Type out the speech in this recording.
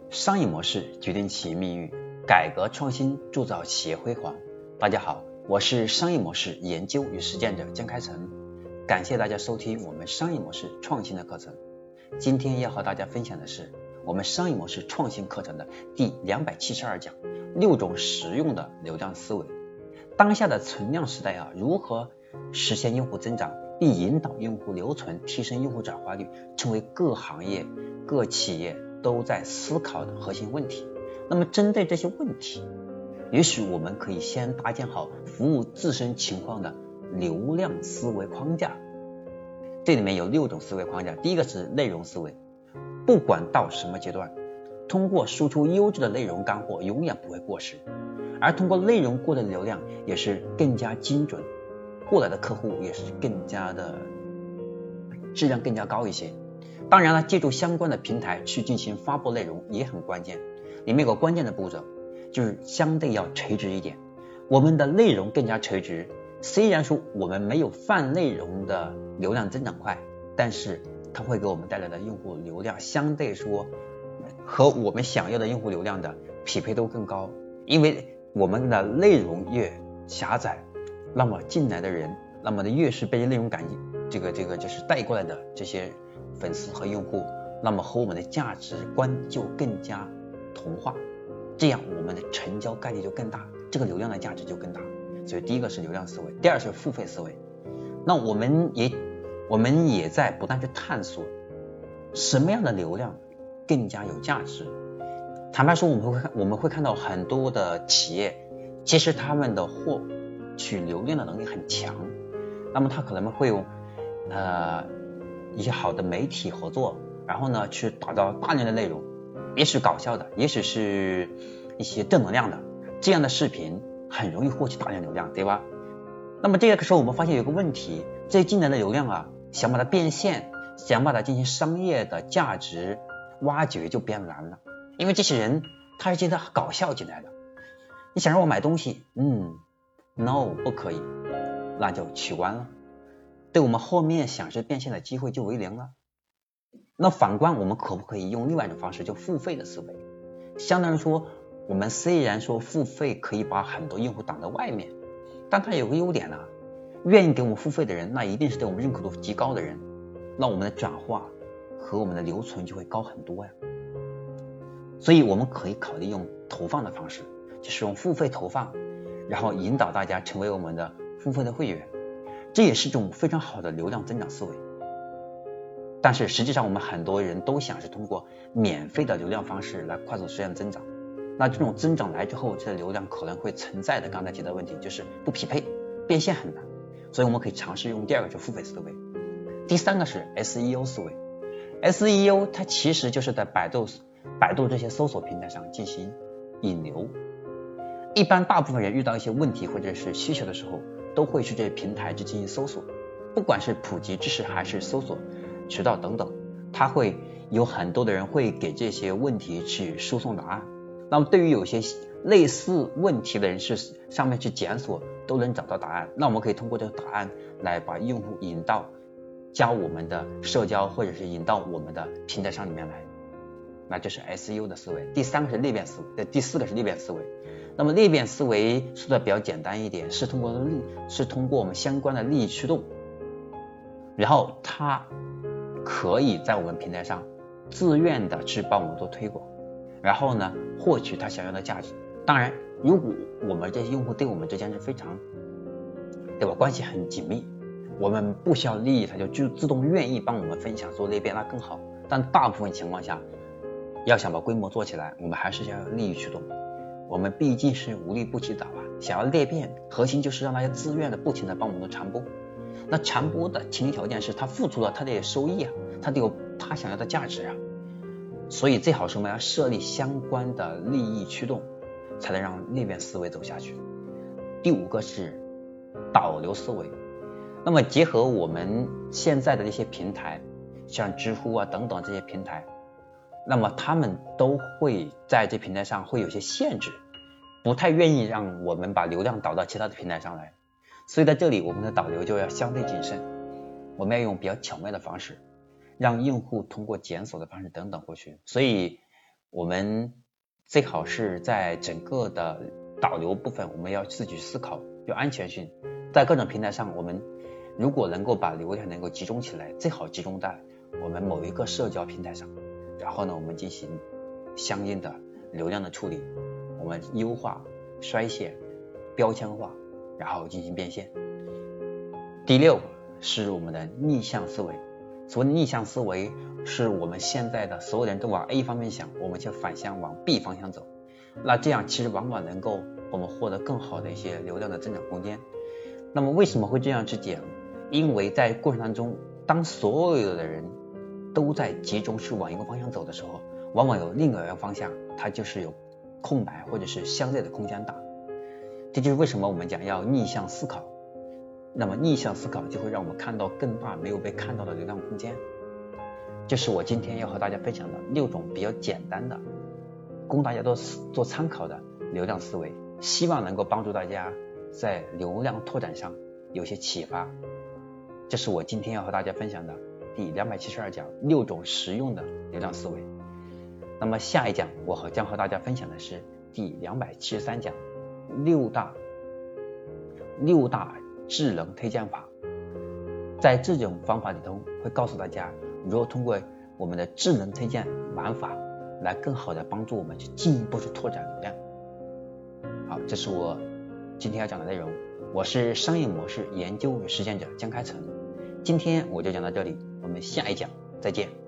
商业模式决定企业命运，改革创新铸造企业辉煌。大家好，我是商业模式研究与实践者江开成，感谢大家收听我们商业模式创新的课程。今天要和大家分享的是我们商业模式创新课程的第272讲，6种实用的流量思维。当下的存量时代如何实现用户增长，并引导用户留存，提升用户转化率，成为各行业各企业都在思考的核心问题。那么针对这些问题，也许我们可以先搭建好服务自身情况的流量思维框架。这里面有6种思维框架。第一个是内容思维，不管到什么阶段，通过输出优质的内容干货永远不会过时，而通过内容过的流量也是更加精准，过来的客户也是更加的质量更加高一些。当然了，借助相关的平台去进行发布内容也很关键。里面有个关键的步骤，就是相对要垂直一点。我们的内容更加垂直，虽然说我们没有泛内容的流量增长快，但是它会给我们带来的用户流量相对说和我们想要的用户流量的匹配度更高。因为我们的内容越狭窄，那么进来的人，那么越是被内容感这个就是带过来的这些粉丝和用户，那么和我们的价值观就更加同化，这样我们的成交概率就更大，这个流量的价值就更大。所以第一个是流量思维，第二是付费思维。那我们也在不断去探索什么样的流量更加有价值。坦白说，我们会看到很多的企业，其实他们的获取流量的能力很强，那么他可能会用一些好的媒体合作，然后呢去打造大量的内容，也许搞笑的，也许是一些正能量的，这样的视频很容易获取大量流量，对吧？那么这个时候我们发现有个问题，这进来的流量想把它变现，想把它进行商业的价值挖掘就变难了。因为这些人他是觉得搞笑进来的，你想让我买东西，no 不可以，那就取关了，对我们后面想是变现的机会就为零了。那反观我们可不可以用另外一种方式，就付费的思维。相当于说，我们虽然说付费可以把很多用户挡在外面，但它有个优点愿意给我们付费的人，那一定是对我们认可度极高的人，那我们的转化和我们的留存就会高很多呀。所以我们可以考虑用投放的方式，就是用付费投放，然后引导大家成为我们的付费的会员，这也是一种非常好的流量增长思维。但是实际上我们很多人都想是通过免费的流量方式来快速实现增长，那这种增长来之后，这流量可能会存在的刚才提到的问题，就是不匹配，变现很难。所以我们可以尝试用第二个，就是付费思维。第三个是 SEO 思维。 SEO 它其实就是在百度这些搜索平台上进行引流。一般大部分人遇到一些问题或者是需求的时候，都会去这些平台去进行搜索，不管是普及知识还是搜索渠道等等，它会有很多的人会给这些问题去输送答案。那么对于有些类似问题的人士，上面去检索都能找到答案，那我们可以通过这个答案来把用户引到加我们的社交，或者是引到我们的平台上里面来，那就是 SEO 的思维。第三个是裂变思维，第四个是裂变思维。那么裂变思维说的比较简单一点，是通过我们相关的利益驱动，然后它可以在我们平台上自愿的去帮我们做推广，然后呢获取他想要的价值。当然如果我们这些用户对我们之间是非常对吧关系很紧密，我们不需要利益，他就自动愿意帮我们分享做裂变，那更好。但大部分情况下，要想把规模做起来，我们还是要利益驱动。我们毕竟是无利不起早想要裂变，核心就是让大家自愿的不停的帮我们做传播。那传播的前提条件是他付出了他的收益他得有他想要的价值所以最好是我们要设立相关的利益驱动，才能让裂变思维走下去。第五个是导流思维。那么结合我们现在的这些平台，像知乎等等这些平台，那么他们都会在这平台上会有些限制，不太愿意让我们把流量导到其他的平台上来。所以在这里我们的导流就要相对谨慎，我们要用比较巧妙的方式，让用户通过检索的方式等等过去。所以我们最好是在整个的导流部分，我们要自己思考有安全性。在各种平台上，我们如果能够把流量能够集中起来，最好集中在我们某一个社交平台上，然后呢，我们进行相应的流量的处理，我们优化、筛选、标签化，然后进行变现。第6是我们的逆向思维。所谓的逆向思维，是我们现在的所有人都往 A 方面想，我们就反向往 B 方向走。那这样其实往往能够我们获得更好的一些流量的增长空间。那么为什么会这样去讲？因为在过程当中，当所有的人都在集中是往一个方向走的时候，往往有另外一个方向它就是有空白或者是相对的空间大。这就是为什么我们讲要逆向思考。那么逆向思考就会让我们看到更大没有被看到的流量空间。这是我今天要和大家分享的6种比较简单的供大家做参考的流量思维，希望能够帮助大家在流量拓展上有些启发。这是我今天要和大家分享的第272讲6种实用的流量思维。那么下一讲我将和大家分享的是第273讲六大智能推荐法。在这种方法里头会告诉大家如何通过我们的智能推荐玩法来更好的帮助我们去进一步去拓展流量。好，这是我今天要讲的内容。我是商业模式研究与实践者江开成，今天我就讲到这里，我们下一讲再见。